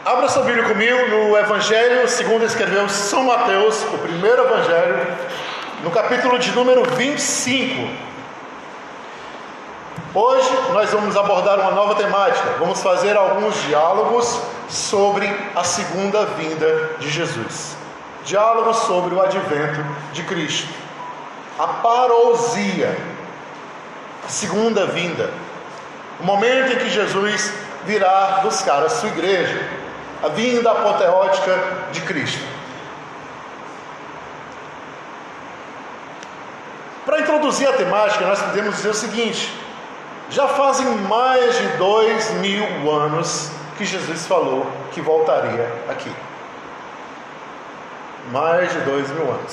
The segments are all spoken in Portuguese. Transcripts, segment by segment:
Abra sua Bíblia comigo no Evangelho segundo escreveu São Mateus, o primeiro Evangelho, no capítulo de número 25. Hoje nós vamos abordar uma nova temática. Vamos fazer alguns diálogos sobre a segunda vinda de Jesus. Diálogos sobre o advento de Cristo. A parousia, a segunda vinda. O momento em que Jesus virá buscar a sua igreja. A vinda apoteótica de Cristo. Para introduzir a temática, nós podemos dizer o seguinte: já fazem mais de 2000 anos que Jesus falou que voltaria aqui. Mais de 2000 anos.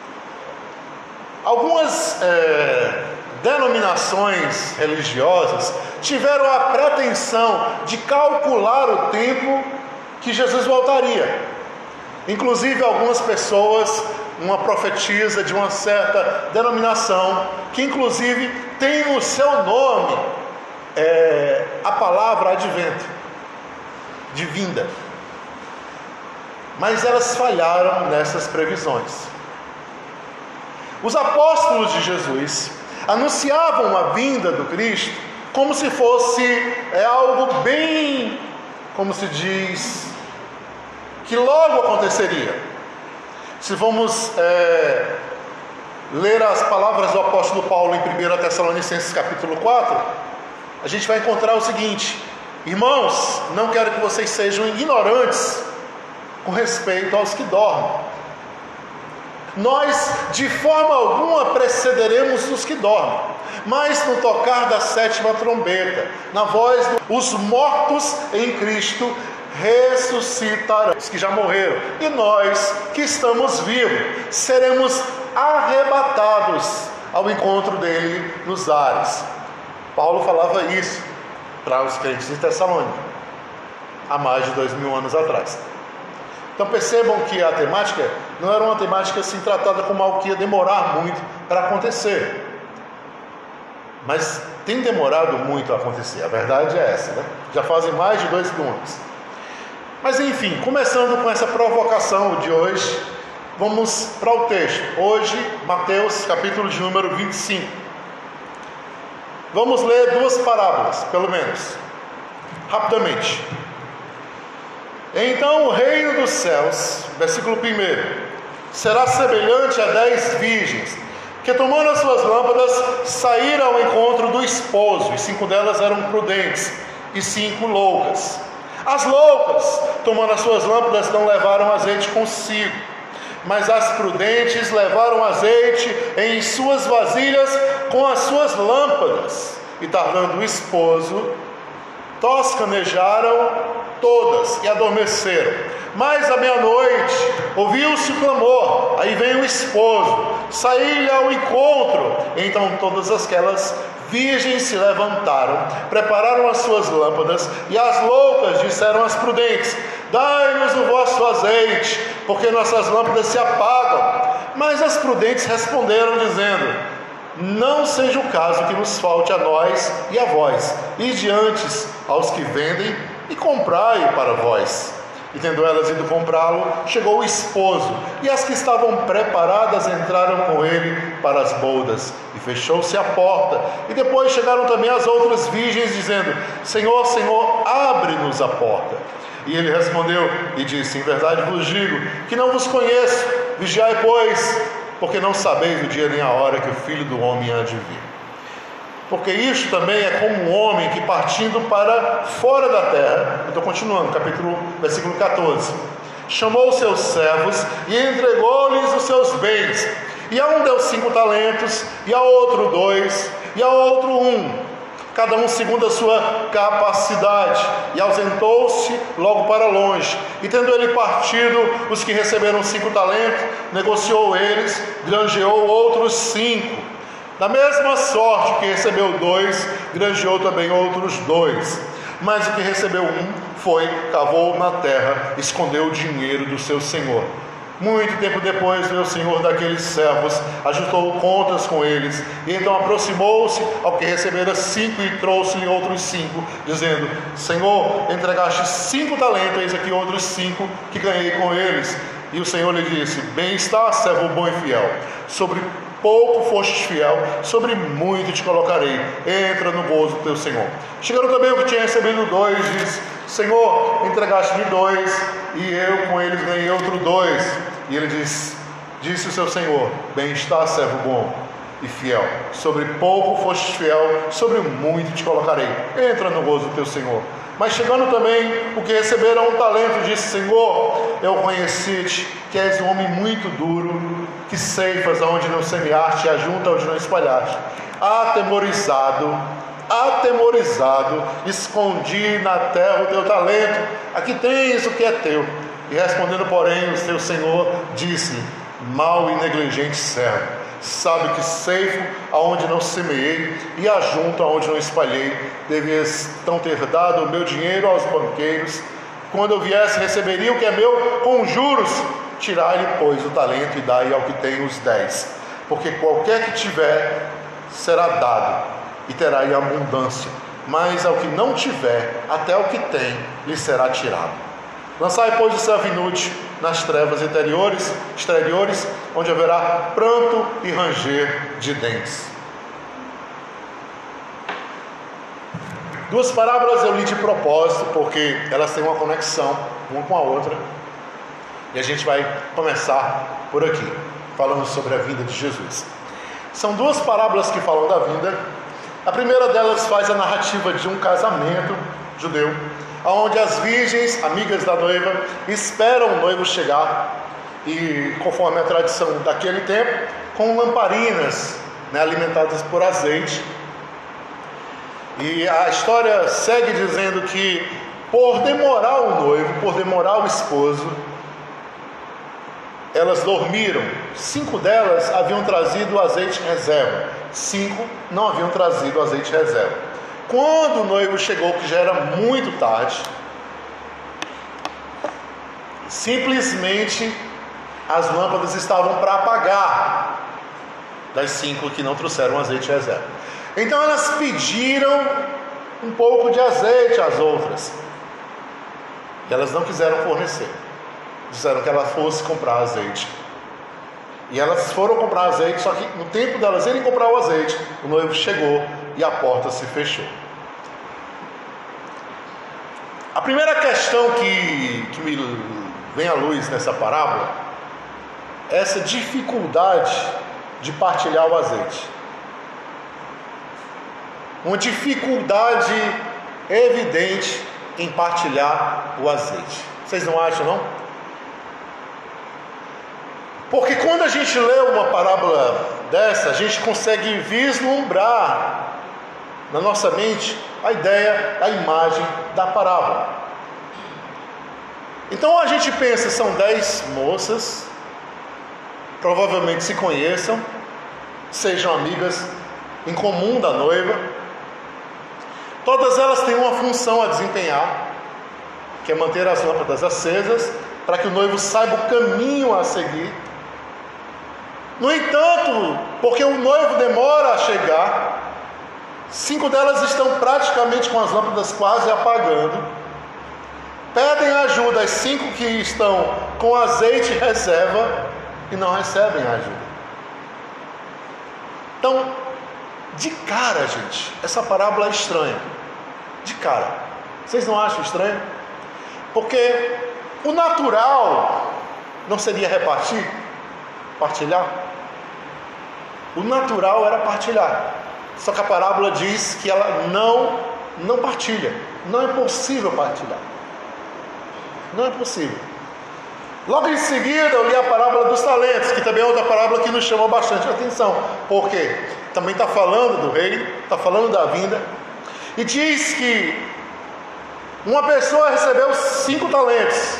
Algumas denominações religiosas tiveram a pretensão de calcular o tempo que Jesus voltaria. Inclusive algumas pessoas, uma profetisa de uma certa denominação, que inclusive tem no seu nome a palavra advento, de vinda. Mas elas falharam nessas previsões. Os apóstolos de Jesus anunciavam a vinda do Cristo como se fosse algo bem, como se diz, que logo aconteceria. Se vamos ler as palavras do apóstolo Paulo em 1 Tessalonicenses capítulo 4, a gente vai encontrar o seguinte: irmãos, não quero que vocês sejam ignorantes com respeito aos que dormem. Nós de forma alguma precederemos os que dormem, mas no tocar da sétima trombeta, na voz os mortos em Cristo ressuscitarão, os que já morreram, e nós que estamos vivos seremos arrebatados ao encontro dele nos ares. Paulo falava isso para os crentes de Tessalônica há mais de 2000 anos atrás. Então percebam que a temática não era uma temática assim tratada como algo que ia demorar muito para acontecer, mas tem demorado muito a acontecer. A verdade é essa, né? Já fazem mais de 2000 anos. Mas enfim, começando com essa provocação de hoje, vamos para o texto. Hoje, Mateus, capítulo de número 25. Vamos ler duas parábolas, pelo menos, rapidamente. Então o reino dos céus, versículo 1, será semelhante a 10 virgens, que tomando as suas lâmpadas, saíram ao encontro do esposo, e 5 delas eram prudentes, e 5 loucas. As loucas, tomando as suas lâmpadas, não levaram azeite consigo, mas as prudentes levaram azeite em suas vasilhas com as suas lâmpadas. E tardando o esposo, toscanejaram todas e adormeceram. Mas à meia-noite ouviu-se o clamor, aí vem o esposo, saí-lhe ao encontro. Então todas aquelas virgens se levantaram, prepararam as suas lâmpadas, e as loucas disseram às prudentes: dai-nos o vosso azeite, porque nossas lâmpadas se apagam. Mas as prudentes responderam, dizendo: não seja o caso que nos falte a nós e a vós, ide antes aos que vendem e comprai-o para vós. E tendo elas ido comprá-lo, chegou o esposo, e as que estavam preparadas entraram com ele para as bodas, e fechou-se a porta. E depois chegaram também as outras virgens, dizendo: Senhor, Senhor, abre-nos a porta. E ele respondeu e disse: em verdade vos digo que não vos conheço. Vigiai, pois, porque não sabeis o dia nem a hora que o Filho do Homem há de vir. Porque isto também é como um homem que, partindo para fora da terra, eu estou continuando, versículo 14, chamou os seus servos e entregou-lhes os seus bens. E a um deu 5 talentos, e a outro 2, e a outro 1, cada um segundo a sua capacidade. E ausentou-se logo para longe. E tendo ele partido, os que receberam 5 talentos, negociou eles, granjeou outros 5. Da mesma sorte que recebeu 2, granjeou também outros 2. Mas o que recebeu 1 foi, cavou na terra, escondeu o dinheiro do seu senhor. Muito tempo depois, meu senhor daqueles servos ajustou contas com eles, e então aproximou-se ao que recebera 5 e trouxe-lhe outros 5, dizendo: Senhor, entregaste 5 talentos, eis aqui outros 5 que ganhei com eles. E o Senhor lhe disse: Bem está, servo bom e fiel, sobre pouco fostes fiel, sobre muito te colocarei, entra no gozo do teu Senhor. Chegando também o que tinha recebido 2, disse: Senhor, entregaste-me 2, e eu com eles ganhei outro 2. E ele disse o seu Senhor: Bem está, servo bom e fiel, sobre pouco fostes fiel, sobre muito te colocarei, entra no gozo do teu Senhor. Mas chegando também o que receberam 1 talento, disse: Senhor, eu conheci-te, que és um homem muito duro, que ceifas aonde não semeaste e ajunta onde não espalhaste. Atemorizado, escondi na terra o teu talento, aqui tens o que é teu. E respondendo, porém, o seu Senhor disse-lhe: Mau e negligente servo, sabe que ceifo aonde não semeei e ajunto aonde não espalhei. Devias então ter dado o meu dinheiro aos banqueiros. Quando eu viesse, receberia o que é meu com juros. Tirai-lhe, pois, o talento e dai ao que tem os 10. Porque qualquer que tiver será dado e terá em abundância. Mas ao que não tiver, até o que tem lhe será tirado. Lançai, pois, o servo inútil nas trevas exteriores, onde haverá pranto e ranger de dentes. 2 parábolas eu li de propósito, porque elas têm uma conexão uma com a outra. E a gente vai começar por aqui, falando sobre a vinda de Jesus. São 2 parábolas que falam da vinda. A primeira delas faz a narrativa de um casamento judeu, onde as virgens, amigas da noiva, esperam o noivo chegar, e conforme a tradição daquele tempo, com lamparinas, alimentadas por azeite. E a história segue dizendo que, por demorar o noivo, por demorar o esposo, elas dormiram. 5 delas haviam trazido azeite reserva, 5 não haviam trazido azeite reserva. Quando o noivo chegou, que já era muito tarde, simplesmente as lâmpadas estavam para apagar, das 5 que não trouxeram azeite reserva. Então elas pediram um pouco de azeite às outras, e elas não quiseram fornecer. Disseram que ela fosse comprar azeite. E elas foram comprar azeite, só que no tempo delas irem comprar o azeite, o noivo chegou e a porta se fechou. A primeira questão que me vem à luz nessa parábola é essa dificuldade de partilhar o azeite. Uma dificuldade evidente em partilhar o azeite. Vocês não acham, não? Porque quando a gente lê uma parábola dessa, a gente consegue vislumbrar na nossa mente a ideia, a imagem da parábola. Então a gente pensa, são 10 moças, provavelmente se conheçam, sejam amigas em comum da noiva. Todas elas têm uma função a desempenhar, que é manter as lâmpadas acesas, para que o noivo saiba o caminho a seguir. No entanto, porque o noivo demora a chegar, 5 delas estão praticamente com as lâmpadas quase apagando. Pedem ajuda às 5 que estão com azeite reserva e não recebem ajuda. Então, de cara, gente, essa parábola é estranha. De cara. Vocês não acham estranho? Porque o natural não seria partilhar? O natural era partilhar. Só que a parábola diz que ela não partilha. Não é possível partilhar. Não é possível. Logo em seguida eu li a parábola dos talentos, que também é outra parábola que nos chamou bastante atenção. Por quê? Também está falando do reino, está falando da vinda. E diz que uma pessoa recebeu 5 talentos.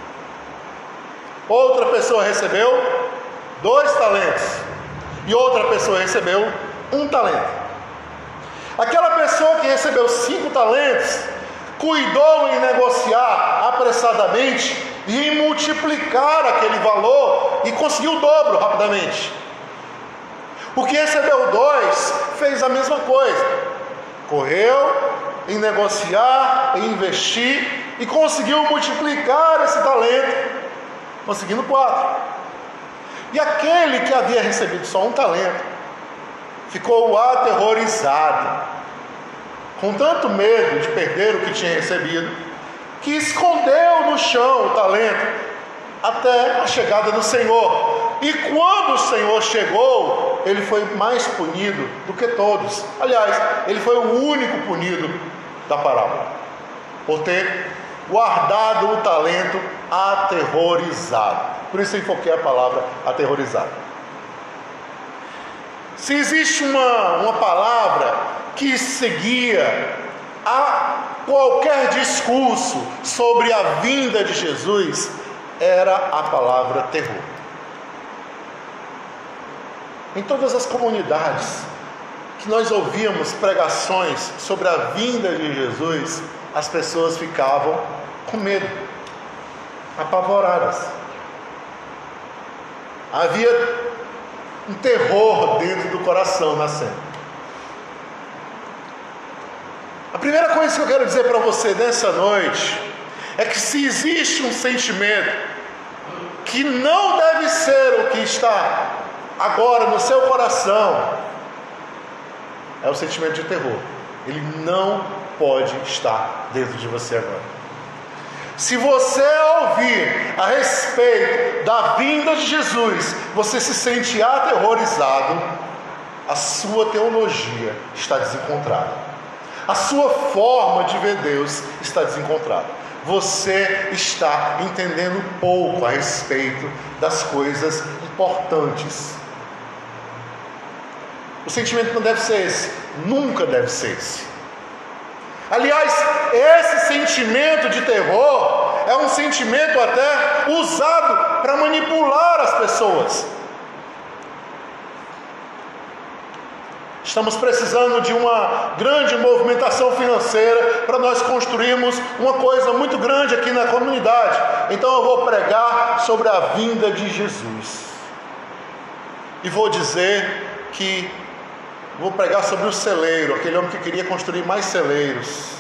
Outra pessoa recebeu 2 talentos. E outra pessoa recebeu 1 talento. Aquela pessoa que recebeu 5 talentos cuidou em negociar apressadamente e em multiplicar aquele valor e conseguiu o dobro rapidamente. O que recebeu 2 fez a mesma coisa, correu em negociar, em investir e conseguiu multiplicar esse talento, conseguindo 4. E aquele que havia recebido só 1 talento ficou aterrorizado, com tanto medo de perder o que tinha recebido, que escondeu no chão o talento até a chegada do Senhor. E quando o Senhor chegou, ele foi mais punido do que todos. Aliás, ele foi o único punido da parábola, por ter guardado o talento aterrorizado. Por isso eu enfoquei a palavra aterrorizado. Se existe uma palavra que seguia a qualquer discurso sobre a vinda de Jesus, era a palavra terror. Em todas as comunidades que nós ouvíamos pregações sobre a vinda de Jesus, as pessoas ficavam com medo, apavoradas. Havia um terror dentro do coração nascendo. A primeira coisa que eu quero dizer para você nessa noite é que se existe um sentimento que não deve ser o que está agora no seu coração, é o sentimento de terror. Ele não pode estar dentro de você agora. Se você ouvir a respeito da vinda de Jesus, você se sente aterrorizado, a sua teologia está desencontrada. A sua forma de ver Deus está desencontrada. Você está entendendo pouco a respeito das coisas importantes. O sentimento não deve ser esse, nunca deve ser esse. Aliás, esse sentimento de terror é um sentimento até usado para manipular as pessoas. Estamos precisando de uma grande movimentação financeira para nós construirmos uma coisa muito grande aqui na comunidade. Então eu vou pregar sobre a vinda de Jesus. E vou dizer que vou pregar sobre o celeiro, aquele homem que queria construir mais celeiros.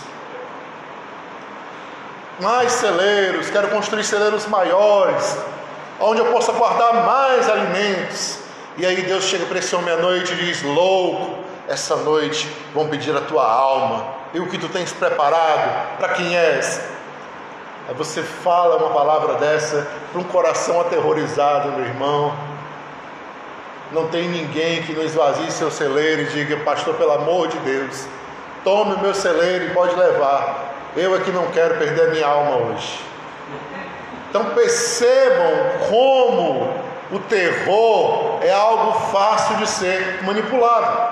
Mais celeiros, quero construir celeiros maiores, onde eu possa guardar mais alimentos. E aí Deus chega para esse homem à noite e diz: louco, essa noite vão pedir a tua alma, e o que tu tens preparado, para quem és? Aí você fala uma palavra dessa para um coração aterrorizado, meu irmão. Não tem ninguém que não esvazie seu celeiro e diga: pastor, pelo amor de Deus, tome o meu celeiro e pode levar, eu é que não quero perder a minha alma hoje. Então percebam como o terror é algo fácil de ser manipulado.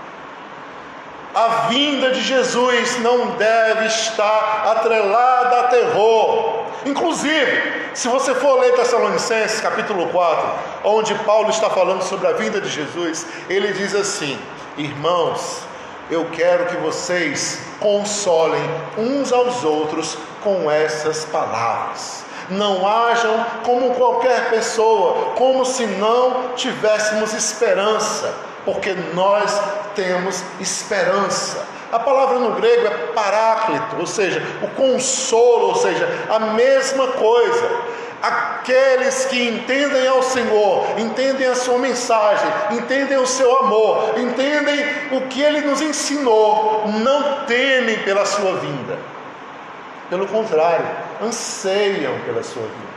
A vinda de Jesus não deve estar atrelada a terror. Inclusive, se você for ler Tessalonicenses capítulo 4, onde Paulo está falando sobre a vinda de Jesus, ele diz assim: irmãos, eu quero que vocês consolem uns aos outros com essas palavras. Não hajam como qualquer pessoa, como se não tivéssemos esperança, porque nós temos esperança. A palavra no grego é paráclito, ou seja, o consolo, ou seja, a mesma coisa. Aqueles que entendem ao Senhor, entendem a sua mensagem, entendem o seu amor, entendem o que Ele nos ensinou, não temem pela sua vinda. Pelo contrário, anseiam pela sua vida.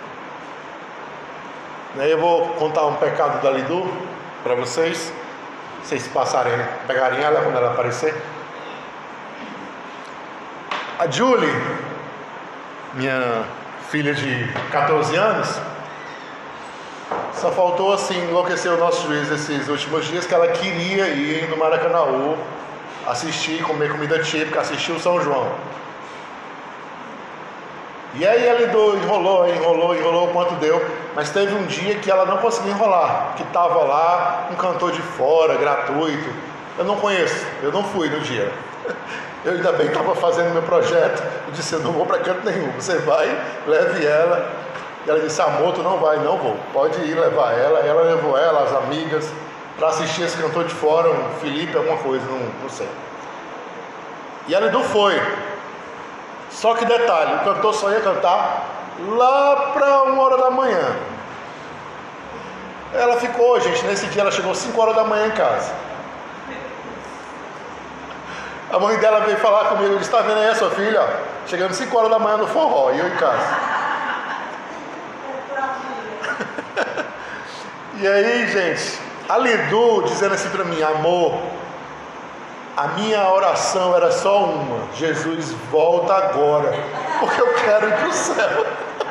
Eu vou contar um pecado da Lidu para vocês pegarem ela quando ela aparecer. A Julie, minha filha de 14 anos, só faltou assim enlouquecer o nosso juiz esses últimos dias, que ela queria ir no Maracanãú assistir, comer comida típica, assistir o São João. E aí ela enrolou quanto deu, mas teve um dia que ela não conseguiu enrolar, que estava lá um cantor de fora, gratuito. Eu não conheço, eu não fui no dia. Eu ainda bem estava fazendo meu projeto, eu disse: eu não vou para canto nenhum, você vai, leve ela. E ela disse: amor, tu não vai. Não vou, pode ir levar ela. Ela levou ela, as amigas, para assistir esse cantor de fora, um Felipe, alguma coisa, não sei. E a Lidu foi. Só que detalhe, o cantor só ia cantar lá para 1h da manhã. Ela ficou, gente, nesse dia ela chegou 5h da manhã em casa. A mãe dela veio falar comigo, ele está vendo aí a sua filha, ó, chegando 5h da manhã no forró, e eu em casa. E aí, gente, a Lidu dizendo assim para mim: amor, a minha oração era só uma: Jesus, volta agora, porque eu quero ir para o céu.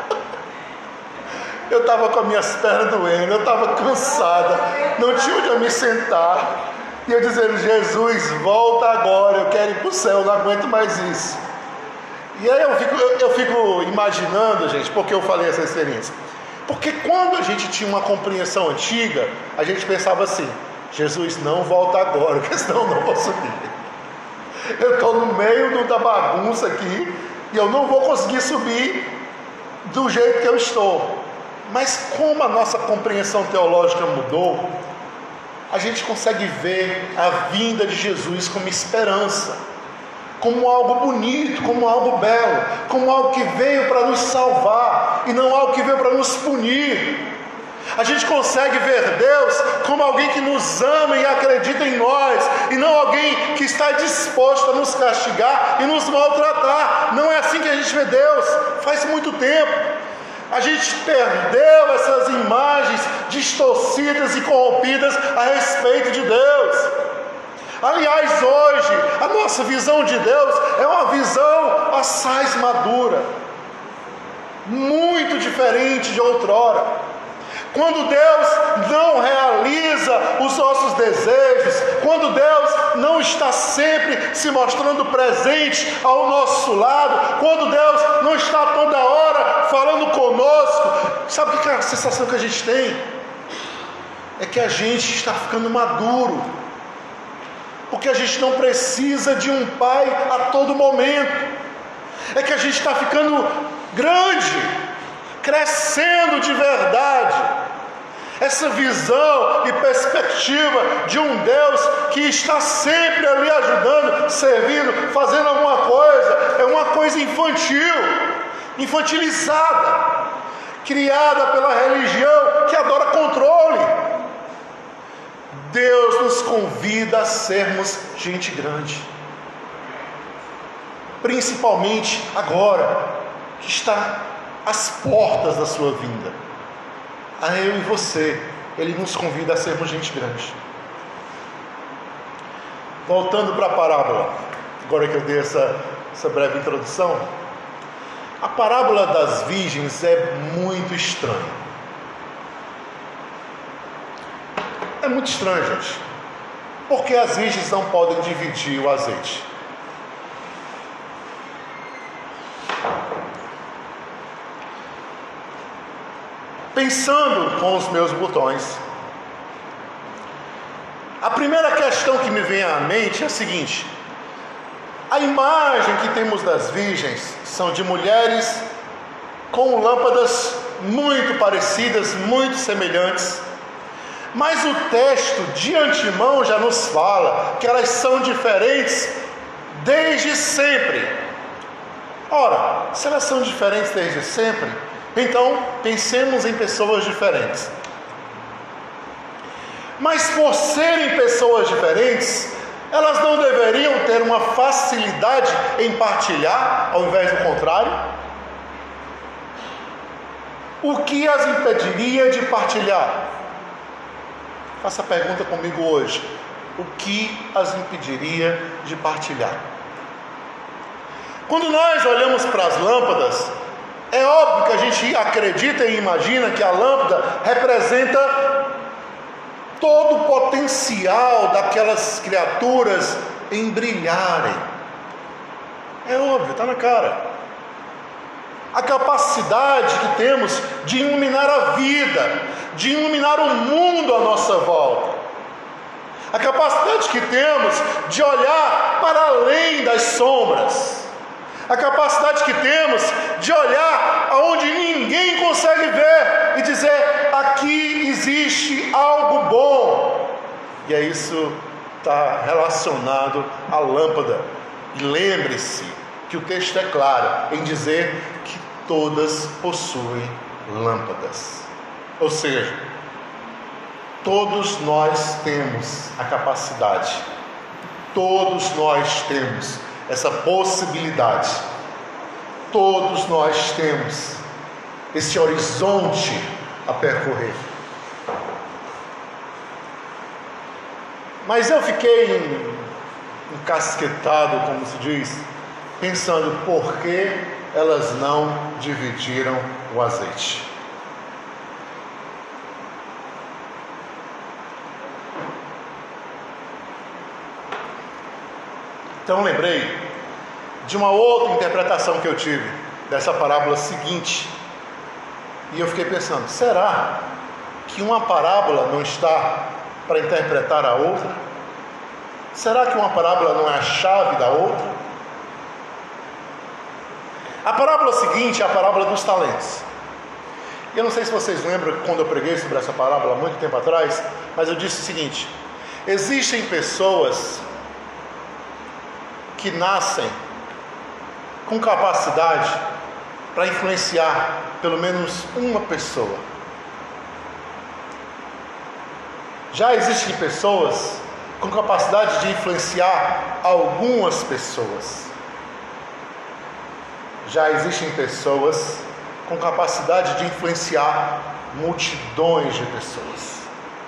Eu estava com as minhas pernas doendo, eu estava cansada, não tinha onde eu me sentar. E eu dizendo: Jesus, volta agora, eu quero ir para o céu, eu não aguento mais isso. E aí eu fico imaginando, gente, porque eu falei essa experiência. Porque quando a gente tinha uma compreensão antiga, a gente pensava assim: Jesus, não volta agora, porque senão eu não vou subir. Eu estou no meio da bagunça aqui e eu não vou conseguir subir do jeito que eu estou. Mas como a nossa compreensão teológica mudou, a gente consegue ver a vinda de Jesus como esperança, como algo bonito, como algo belo, como algo que veio para nos salvar e não algo que veio para nos punir. A gente consegue ver Deus como alguém que nos ama e acredita em nós, e não alguém que está disposto a nos castigar e nos maltratar. Não é assim que a gente vê Deus. Faz muito tempo a gente perdeu essas imagens distorcidas e corrompidas a respeito de Deus. Aliás, hoje a nossa visão de Deus é uma visão assaz madura, muito diferente de outrora. Quando Deus não realiza os nossos desejos, quando Deus não está sempre se mostrando presente ao nosso lado, quando Deus não está toda hora falando conosco, sabe o que é a sensação que a gente tem? É que a gente está ficando maduro, porque a gente não precisa de um pai a todo momento. É que a gente está ficando grande, crescendo de verdade. Essa visão e perspectiva de um Deus que está sempre ali ajudando, servindo, fazendo alguma coisa, é uma coisa infantil, infantilizada, criada pela religião que adora controle. Deus nos convida a sermos gente grande, principalmente agora que está às portas da sua vinda. A eu e você, Ele nos convida a sermos gente grande. Voltando para a parábola, agora que eu dei essa breve introdução, a parábola das virgens é muito estranha. É muito estranho, gente, porque as virgens não podem dividir o azeite. Pensando com os meus botões, a primeira questão que me vem à mente é a seguinte: a imagem que temos das virgens são de mulheres com lâmpadas muito parecidas, muito semelhantes, mas o texto de antemão já nos fala que elas são diferentes desde sempre. Ora, se elas são diferentes desde sempre, então pensemos em pessoas diferentes. Mas por serem pessoas diferentes, elas não deveriam ter uma facilidade em partilhar, ao invés do contrário? O que as impediria de partilhar? Faça a pergunta comigo hoje. O que as impediria de partilhar? Quando nós olhamos para as lâmpadas, é óbvio que a gente acredita e imagina que a lâmpada representa todo o potencial daquelas criaturas em brilharem. É óbvio, está na cara. A capacidade que temos de iluminar a vida, de iluminar o mundo à nossa volta. A capacidade que temos de olhar para além das sombras. A capacidade que temos de olhar aonde ninguém consegue aí isso está relacionado à lâmpada. E lembre-se que o texto é claro em dizer que todas possuem lâmpadas. Ou seja, todos nós temos a capacidade, todos nós temos essa possibilidade, todos nós temos esse horizonte a percorrer. Mas eu fiquei encasquetado, como se diz, pensando por que elas não dividiram o azeite. Então lembrei de uma outra interpretação que eu tive dessa parábola seguinte. E eu fiquei pensando, será que uma parábola não está para interpretar a outra? Será que uma parábola não é a chave da outra? A parábola seguinte é a parábola dos talentos. Eu não sei se vocês lembram quando eu preguei sobre essa parábola há muito tempo atrás, mas eu disse o seguinte: existem pessoas que nascem com capacidade para influenciar pelo menos uma pessoa. Já existem pessoas com capacidade de influenciar algumas pessoas. Já existem pessoas com capacidade de influenciar multidões de pessoas.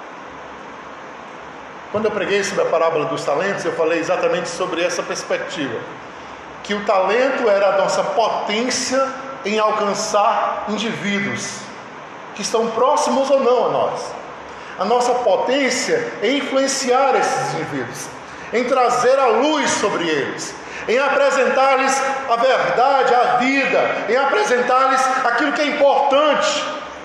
Quando eu preguei sobre a parábola dos talentos, eu falei exatamente sobre essa perspectiva, que o talento era a nossa potência em alcançar indivíduos que estão próximos ou não a nós. A nossa potência em influenciar esses indivíduos, em trazer a luz sobre eles, em apresentar-lhes a verdade, a vida, em apresentar-lhes aquilo que é importante.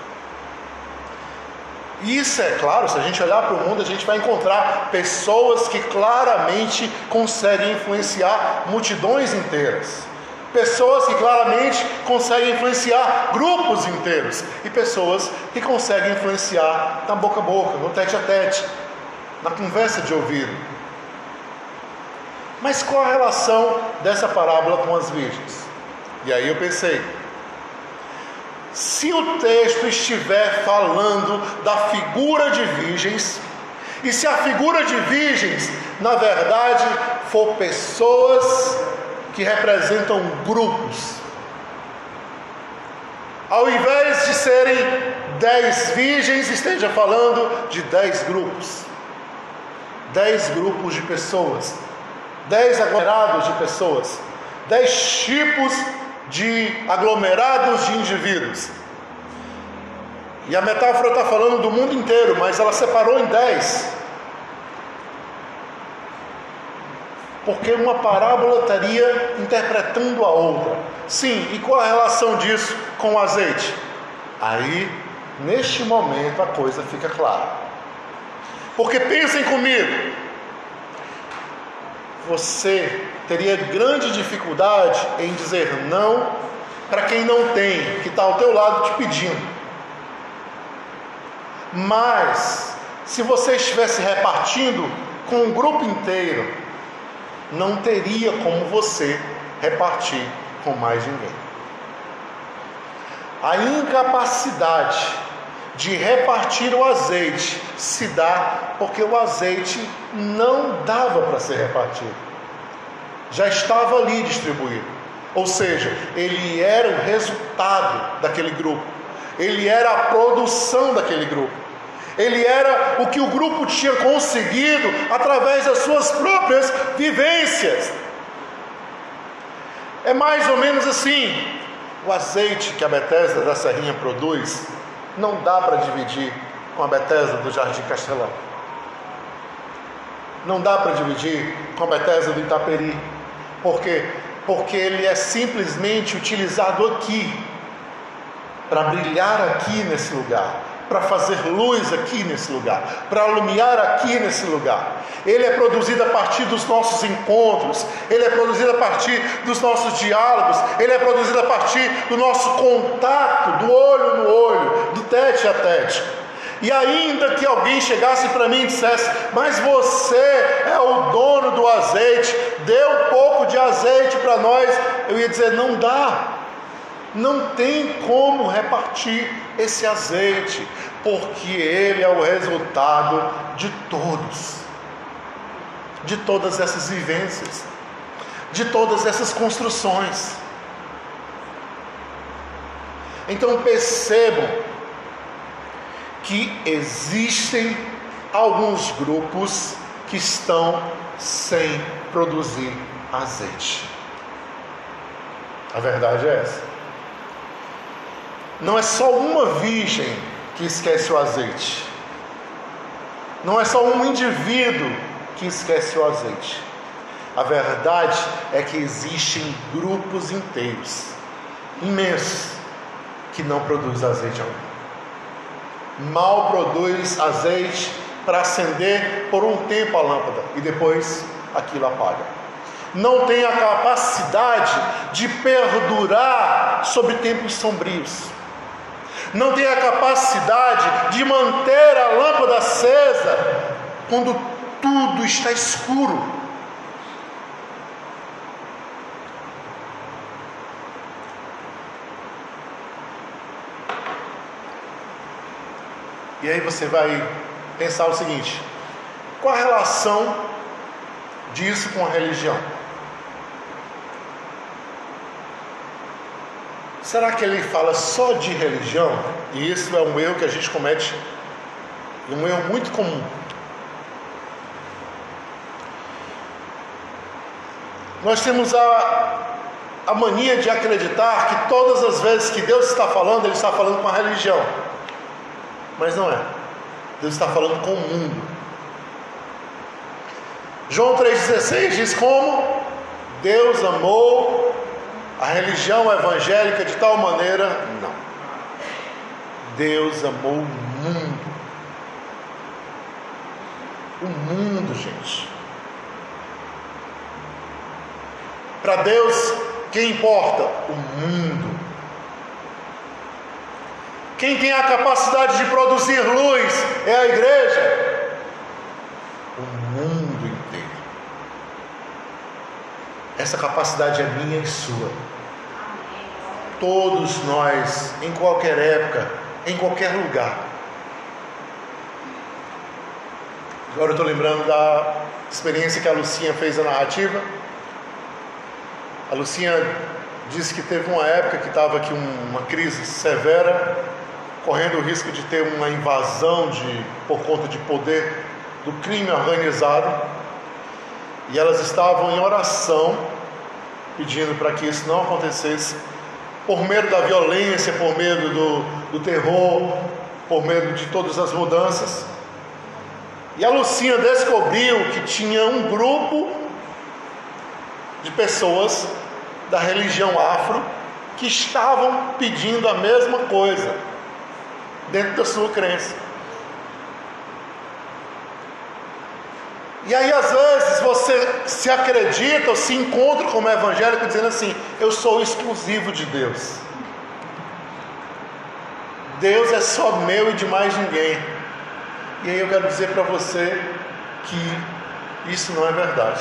E isso é claro, se a gente olhar para o mundo, a gente vai encontrar pessoas que claramente conseguem influenciar multidões inteiras. Pessoas que claramente conseguem influenciar grupos inteiros. E pessoas que conseguem influenciar na boca a boca, no tete a tete, na conversa de ouvido. Mas qual a relação dessa parábola com as virgens? E aí eu pensei, se o texto estiver falando da figura de virgens, e se a figura de virgens, na verdade, for pessoas que representam grupos, ao invés de serem 10 virgens, esteja falando de 10 grupos. 10 grupos de pessoas, 10 aglomerados de pessoas, 10 tipos de aglomerados de indivíduos. E a metáfora está falando do mundo inteiro, mas ela separou em 10. Porque uma parábola estaria interpretando a outra. Sim, e qual a relação disso com o azeite? Aí, neste momento, a coisa fica clara. Porque pensem comigo, você teria grande dificuldade em dizer não para quem não tem, que está ao teu lado te pedindo. Mas, se você estivesse repartindo com um grupo inteiro, não teria como você repartir com mais ninguém. A incapacidade de repartir o azeite se dá porque o azeite não dava para ser repartido. Já estava ali distribuído. Ou seja, ele era o resultado daquele grupo. Ele era a produção daquele grupo. Ele era o que o grupo tinha conseguido através das suas próprias vivências. É mais ou menos assim. O azeite que a Bethesda da Serrinha produz não dá para dividir com a Bethesda do Jardim Castelão. Não dá para dividir com a Bethesda do Itaperi. Por quê? Porque ele é simplesmente utilizado aqui, para brilhar aqui nesse lugar, para fazer luz aqui nesse lugar, para alumiar aqui nesse lugar. Ele é produzido a partir dos nossos encontros, ele é produzido a partir dos nossos diálogos, ele é produzido a partir do nosso contato, do olho no olho, do tete a tete. E ainda que alguém chegasse para mim e dissesse: mas você é o dono do azeite, dê um pouco de azeite para nós, eu ia dizer: não dá, não tem como repartir esse azeite, porque ele é o resultado de todas essas vivências, de todas essas construções. Então percebam que existem alguns grupos que estão sem produzir azeite. A verdade é essa. Não é só uma virgem que esquece o azeite. Não é só um indivíduo que esquece o azeite. A verdade é que existem grupos inteiros, imensos, que não produzem azeite algum. Mal produz azeite para acender por um tempo a lâmpada e depois aquilo apaga. Não tem a capacidade de perdurar sobre tempos sombrios. Não tem a capacidade de manter a lâmpada acesa quando tudo está escuro. E aí você vai pensar o seguinte: qual a relação disso com a religião? Será que ele fala só de religião? E isso é um erro que a gente comete, um erro muito comum. Nós temos a mania de acreditar que todas as vezes que Deus está falando, Ele está falando com a religião. Mas não é. Deus está falando com o mundo. João 3,16 diz como Deus amou a religião evangélica de tal maneira. Não. Deus amou o mundo. O mundo, gente. Para Deus, quem importa? O mundo. Quem tem a capacidade de produzir luz é a igreja. O mundo inteiro. Essa capacidade é minha e sua. Todos nós, em qualquer época, em qualquer lugar. Agora eu estou lembrando da experiência que a Lucinha fez na narrativa. A Lucinha disse que teve uma época que estava aqui uma crise severa, correndo o risco de ter uma invasão por conta de poder do crime organizado, e elas estavam em oração pedindo para que isso não acontecesse, por medo da violência, por medo do terror, por medo de todas as mudanças. E a Lucinha descobriu que tinha um grupo de pessoas da religião afro que estavam pedindo a mesma coisa dentro da sua crença. E aí às vezes você se acredita ou se encontra como evangélico dizendo assim: eu sou exclusivo de Deus, Deus é só meu e de mais ninguém. E aí eu quero dizer para você que isso não é verdade.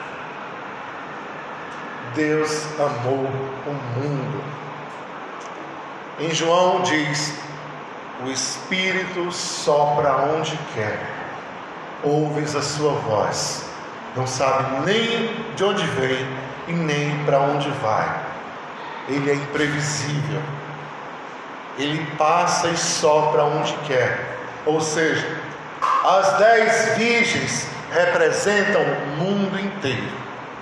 Deus amou o mundo. Em João diz: o Espírito sopra onde quer, ouves a sua voz, não sabe nem de onde vem e nem para onde vai. Ele é imprevisível, ele passa e sopra onde quer. Ou seja, as 10 virgens representam o mundo inteiro.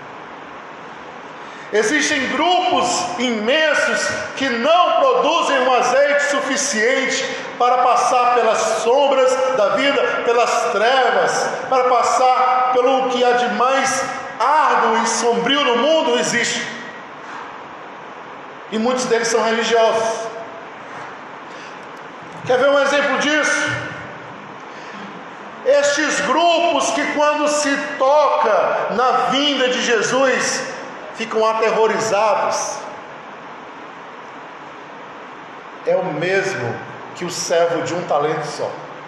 Existem grupos imensos que não produzem um azeite suficiente para passar pelas sombras da vida, pelas trevas, para passar pelo que há de mais árduo e sombrio no mundo. Existe. E muitos deles são religiosos. Quer ver um exemplo disso? Estes grupos que, quando se toca na vinda de Jesus, ficam aterrorizados. É o mesmo que o servo de um talento só.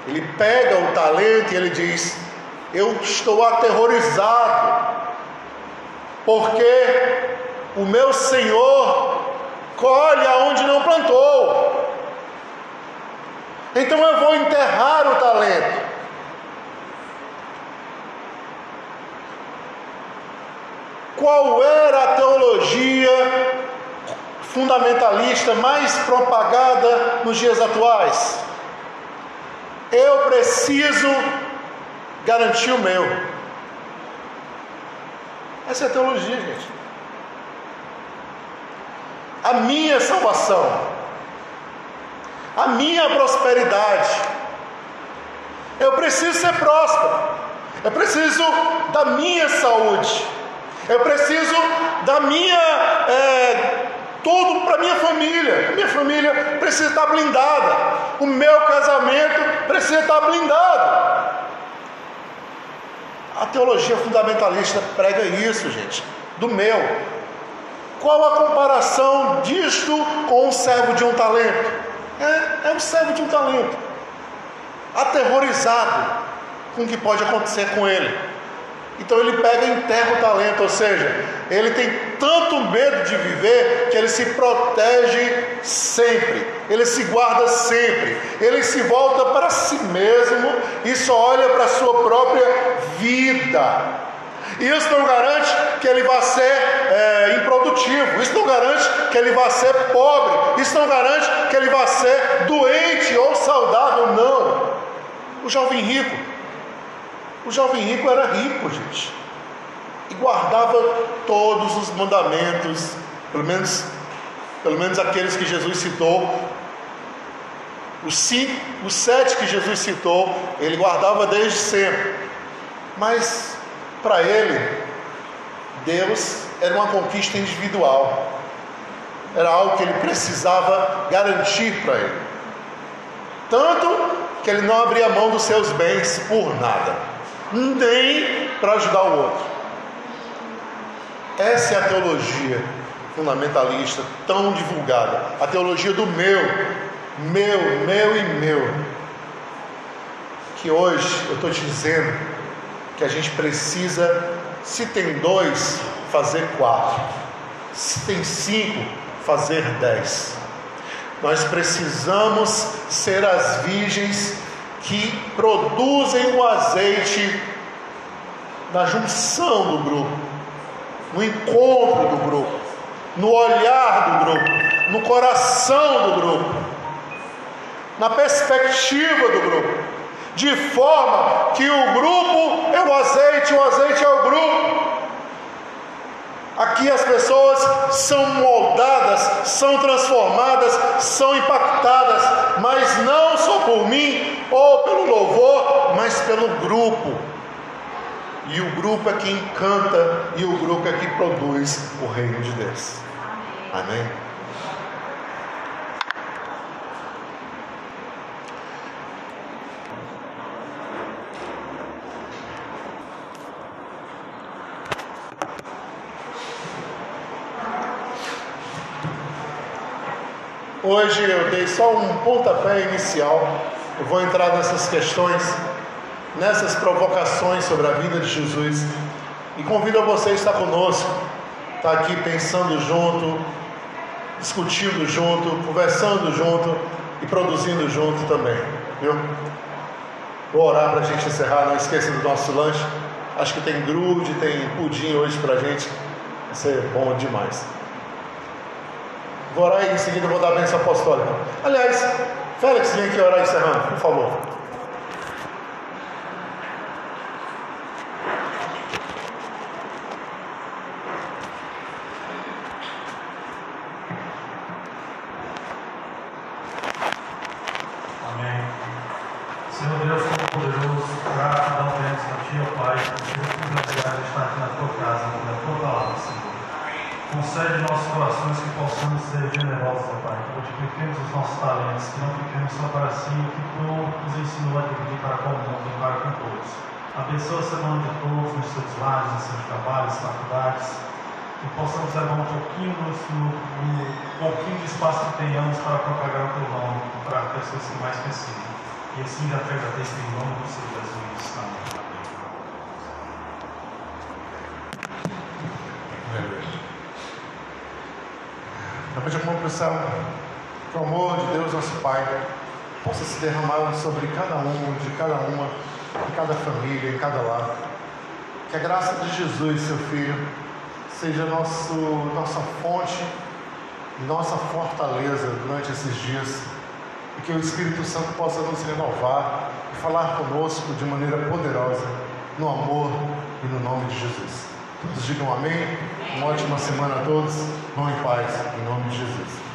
Ele pega o talento e ele diz: eu estou aterrorizado, porque o meu Senhor colhe aonde não plantou. Então eu vou enterrar o talento. Qual era a teologia fundamentalista mais propagada nos dias atuais? Eu preciso garantir o meu. Essa é a teologia, gente. A minha salvação, a minha prosperidade. Eu preciso ser próspero. Eu preciso da minha saúde. Eu preciso da minha tudo para minha família. Minha família precisa estar blindada. O meu casamento precisa estar blindado. A teologia fundamentalista prega isso, gente. Do meu. Qual a comparação disto com um servo de um talento? É um servo de um talento, aterrorizado com o que pode acontecer com ele. Então ele pega e enterra o talento, ou seja, ele tem tanto medo de viver que ele se protege sempre, ele se guarda sempre, ele se volta para si mesmo e só olha para a sua própria vida. Isso não garante que ele vá ser improdutivo, isso não garante que ele vá ser pobre, isso não garante que ele vá ser doente ou saudável, não. O jovem rico era rico, gente, e guardava todos os mandamentos, pelo menos aqueles que Jesus citou. Os 7 que Jesus citou, ele guardava desde sempre. Mas para ele, Deus era uma conquista individual, era algo que ele precisava garantir para ele, tanto que ele não abria mão dos seus bens por nada, nem para ajudar o outro. Essa é a teologia fundamentalista tão divulgada, a teologia do meu, que hoje eu estou te dizendo que a gente precisa, se tem 2, fazer 4, se tem 5, fazer 10. Nós precisamos ser as virgens que produzem o azeite na junção do grupo, no encontro do grupo, no olhar do grupo, no coração do grupo, na perspectiva do grupo, de forma que o grupo é o azeite é o grupo. Aqui as pessoas são moldadas, são transformadas, são impactadas, mas não só por mim ou pelo louvor, mas pelo grupo. E o grupo é que encanta, e o grupo é que produz o reino de Deus. Amém? Hoje eu dei só um pontapé inicial. Eu vou entrar nessas questões, nessas provocações sobre a vida de Jesus, e convido a você a estar conosco, estar aqui pensando junto, discutindo junto, conversando junto e produzindo junto também, viu? Vou orar para a gente encerrar. Não esqueça do nosso lanche. Acho que tem grude, tem pudim hoje para a gente. Vai ser bom demais. Vou orar e em seguida vou dar a bênção apostólica. Aliás, Félix, vem aqui orar encerrando, por favor. Amém. Senhor Deus Todo-Poderoso, grato e damos a Ti, ó Pai, por ser privilegiado de estar aqui na Tua casa, na Tua palavra, Senhor. Concede nossos corações que possamos ser generosos, ó Pai, que multipliquemos os nossos talentos, que não fiquemos só para si, que Tu nos ensinou a dividir para com o mundo e para com todos. Abençoa a semana de todos, nos seus lares, nos seus trabalhos, faculdades, que possamos levar um pouquinho pouquinho de espaço que tenhamos para propagar o Teu nome para pessoas que mais precisam. E assim já te agradeço em nome do Senhor Jesus. Amém. Depois de uma pressão, que o amor de Deus, nosso Pai, possa se derramar sobre cada um, de cada uma, em cada família, em cada lar. Que a graça de Jesus, seu Filho, seja nossa fonte, nossa fortaleza durante esses dias. E que o Espírito Santo possa nos renovar e falar conosco de maneira poderosa, no amor e no nome de Jesus. Todos digam amém. Uma ótima semana a todos. Vão em paz, em nome de Jesus.